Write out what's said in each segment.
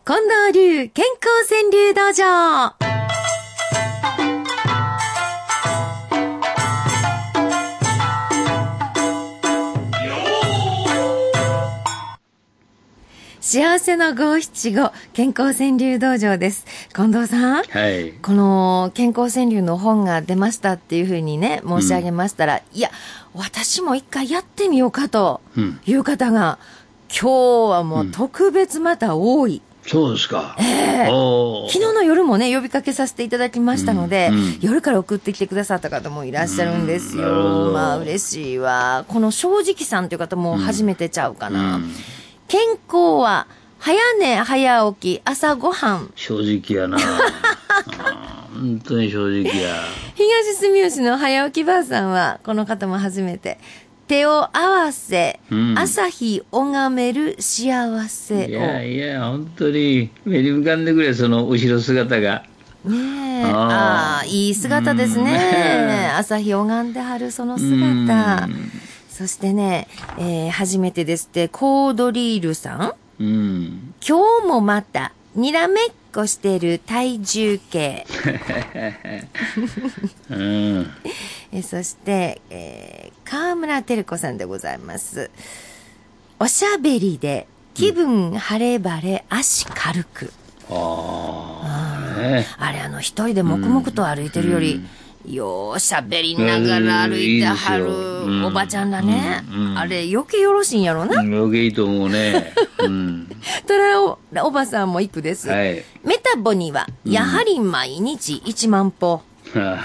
近藤流健康川柳道場。幸せの五七五健康川柳道場です。近藤さん、 はい、 この健康川柳の本が出ましたっていうふうにね申し上げましたら、いや私も一回やってみようかという方が、今日はもう特別また多い、 そうですか。 昨日の夜もね呼びかけさせていただきましたので、夜から送ってきてくださった方もいらっしゃるんですよ。まあ嬉しいわ。この正直さんという方も初めてちゃうかな。健康は早寝早起き朝ごはん。 正直やな本当に正直や。 東住吉の早起きばあさんはこの方も初めて。手を合わせ、朝日拝める幸せを。 いやいや本当に目に浮かんでくれ、その後ろ姿がねえ、ああいい姿ですね。朝日拝んではるその姿。そしてね、初めてですってコードリールさん、今日もまたにらめっこしてる体重計そして、川村照子さんでございます。おしゃべりで気分晴れ晴れ足軽く。あれ一人で黙々と歩いてるより、ようしゃべりながら歩いてはるおばちゃんだね、あれ余計よろしいんやろな、 余計いいと思うねトラおばさんも行くです、 はい、 メタボにはやはり毎日1万歩、 そら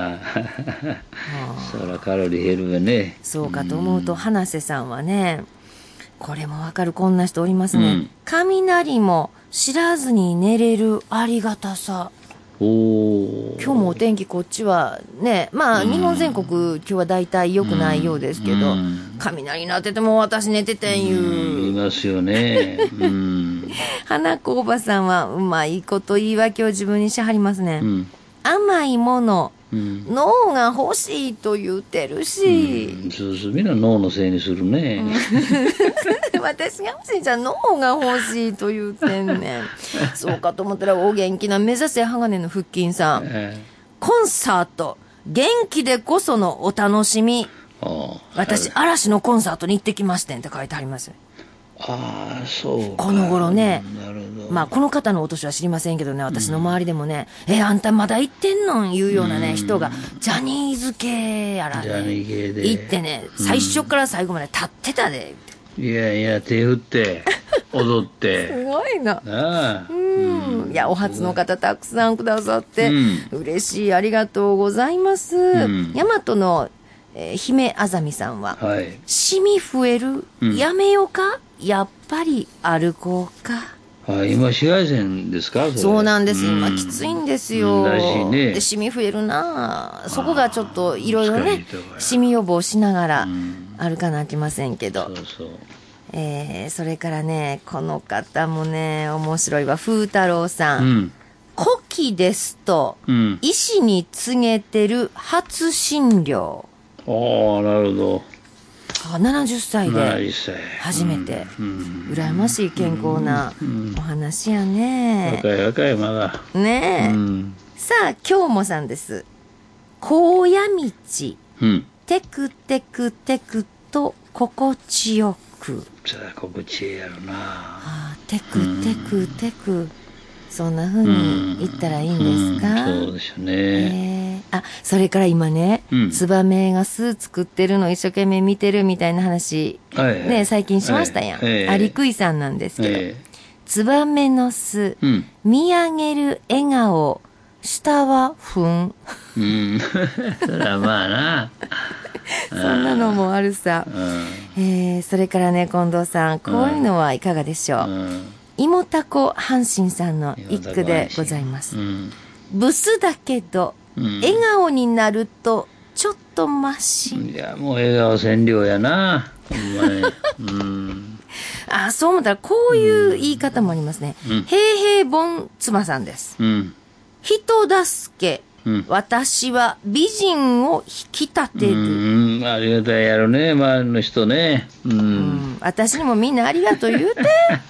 カロリー減るわね。 そうかと思うと、花瀬さんはね、これもわかる、こんな人おりますね、雷も知らずに寝れるありがたさ。今日もお天気こっちはね、まあ日本全国今日はだいたい良くないようですけど、雷鳴ってても私寝ててん言いますよね花子おばさんはうまいこと言い訳を自分にしはりますね、甘いもの、脳が欲しいと言ってるし、 そうそう、みんな脳のせいにするね、 私が欲しいじゃん、脳が欲しいと言うてんねんそうかと思ったらお元気な目指せ鋼の腹筋さん、コンサート元気でこそのお楽しみ、私嵐のコンサートに行ってきましてんって書いてあります。 ああそうか、 この頃ね、 なるほど、 まあこの方のお年は知りませんけどね、私の周りでもね、あんたまだ行ってんのんいうようなね、人がジャニーズ系やらね行ってね、最初から最後まで立ってたで、 いやいや手振って踊ってすごいな。いやお初の方たくさんくださって、嬉しい、ありがとうございます。大和の、姫あざみさんは、シミ増える、やめようか、やっぱり歩こうか。 今紫外線ですか？ そうなんです、今きついんですよ、 らしいね。 でシミ増えるな、そこがちょっといろいろね、シミ予防しながら歩かなきませんけど、それからね、この方もね面白いわ、風太郎さん、古希ですと、医師に告げてる初診療。なるほど。70歳で初めて、羨ましい健康なお話やね。 若いまだねえ、さあ今日もさんです。荒野道、テクテクテクと心地よく。 心地いいやろな、 テクテクテク、そんな風に言ったらいいんですか？ そうですよね。 それから今ね、ツバメが巣作ってるの一生懸命見てるみたいな話、ね、最近しましたやん。アリクイさんなんですけど、ツバメの巣、見上げる笑顔、下は糞。 そりゃまあなそんなのもあるさ。それからね、近藤さん、こういうのはいかがでしょう。芋たこ阪神さんの一句でございます。ブスだけど、笑顔になるとちょっとマシ。 いやもう笑顔占領やな、ほんまにそう思ったらこういう言い方もありますね。平平凡妻さんです。人助け、私は美人を引き立てる。 ありがたいやろね、周りの人ね。 私にもみんなありがとう言うて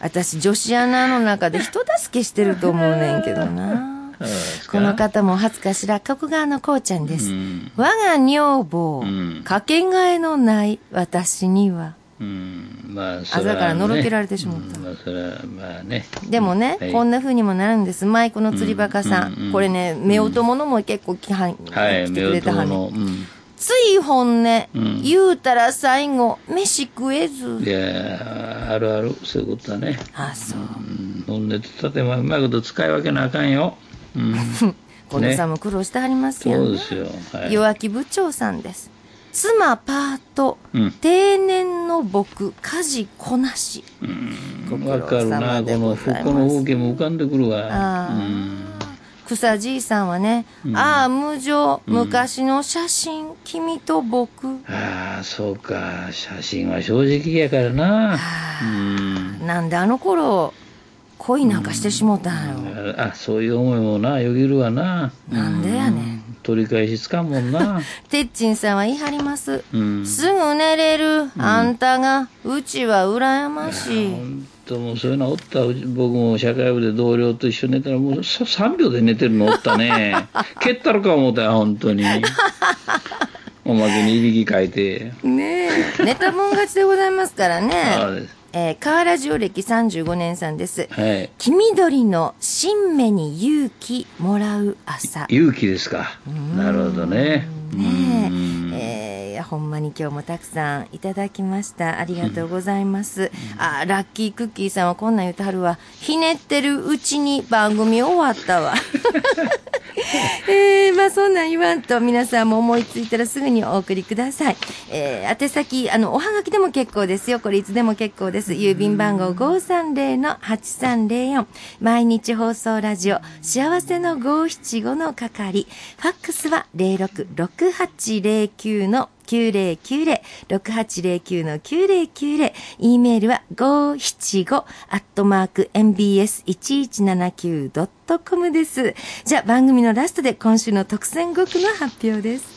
私、女子アナの中で人助けしてると思うねんけどな。この方も初かしら、加古川のこうちゃんです。我が女房、かけがえのない私には。 まあ、それは、ね、 朝からのろけられてしまった。 まあ、それは、まあね。 でもね、こんな風にもなるんです。舞妓の釣りバカさん。これね、夫婦ものも結構来てくれたはね。つい本音、言うたら最後、飯食えず。 いや、あるある、そういうことだね。 あ、そう。 本音と建前うまいこと使い分けなあかんよ。 近藤さんも苦労してはりますやん、ね。 そうですよ。はい、 弱気部長さんです。妻パート、定年の僕、家事こなし。 わかるな、このこの風景も浮かんでくるわ。 草じいさんはね、ああ、無情、昔の写真、君と僕。 ああ、そうか、写真は正直やからな。 なんであの頃、恋なんかしてしもたんやろ。 あ、そういう思いもな、よぎるわな。 なんでやねん。 取り返しつかんもんな。 てっちんさんは言い張ります。すぐ寝れる、あんたが、うちは羨ましい。 本当もうそういうのおった。僕も社会部で同僚と一緒に寝たら、もう3秒で寝てるのおったね。蹴ったろか思ったよ、本当に。おまけにいびきかいて。 ねえ。寝たもん勝ちでございますからね。 そうです。 河原城歴35年さんです。 はい。 黄緑の新芽に勇気もらう朝。 勇気ですか。なるほどね。 ねえ。ほんまに今日もたくさんいただきました。ありがとうございます。ラッキークッキーさんはこんなん言うてはるわ。ひねってるうちに番組終わったわ。まあそんなん言わんと皆さんも思いついたらすぐにお送りください。宛先、おはがきでも結構ですよ。これいつでも結構です。郵便番号 530-8304。毎日放送ラジオ、幸せの575の係。ファックスは 066809-9090、6809-9090。E メールは575@mbs1179.com です。じゃあ番組のラストで今週の特選5句の発表です。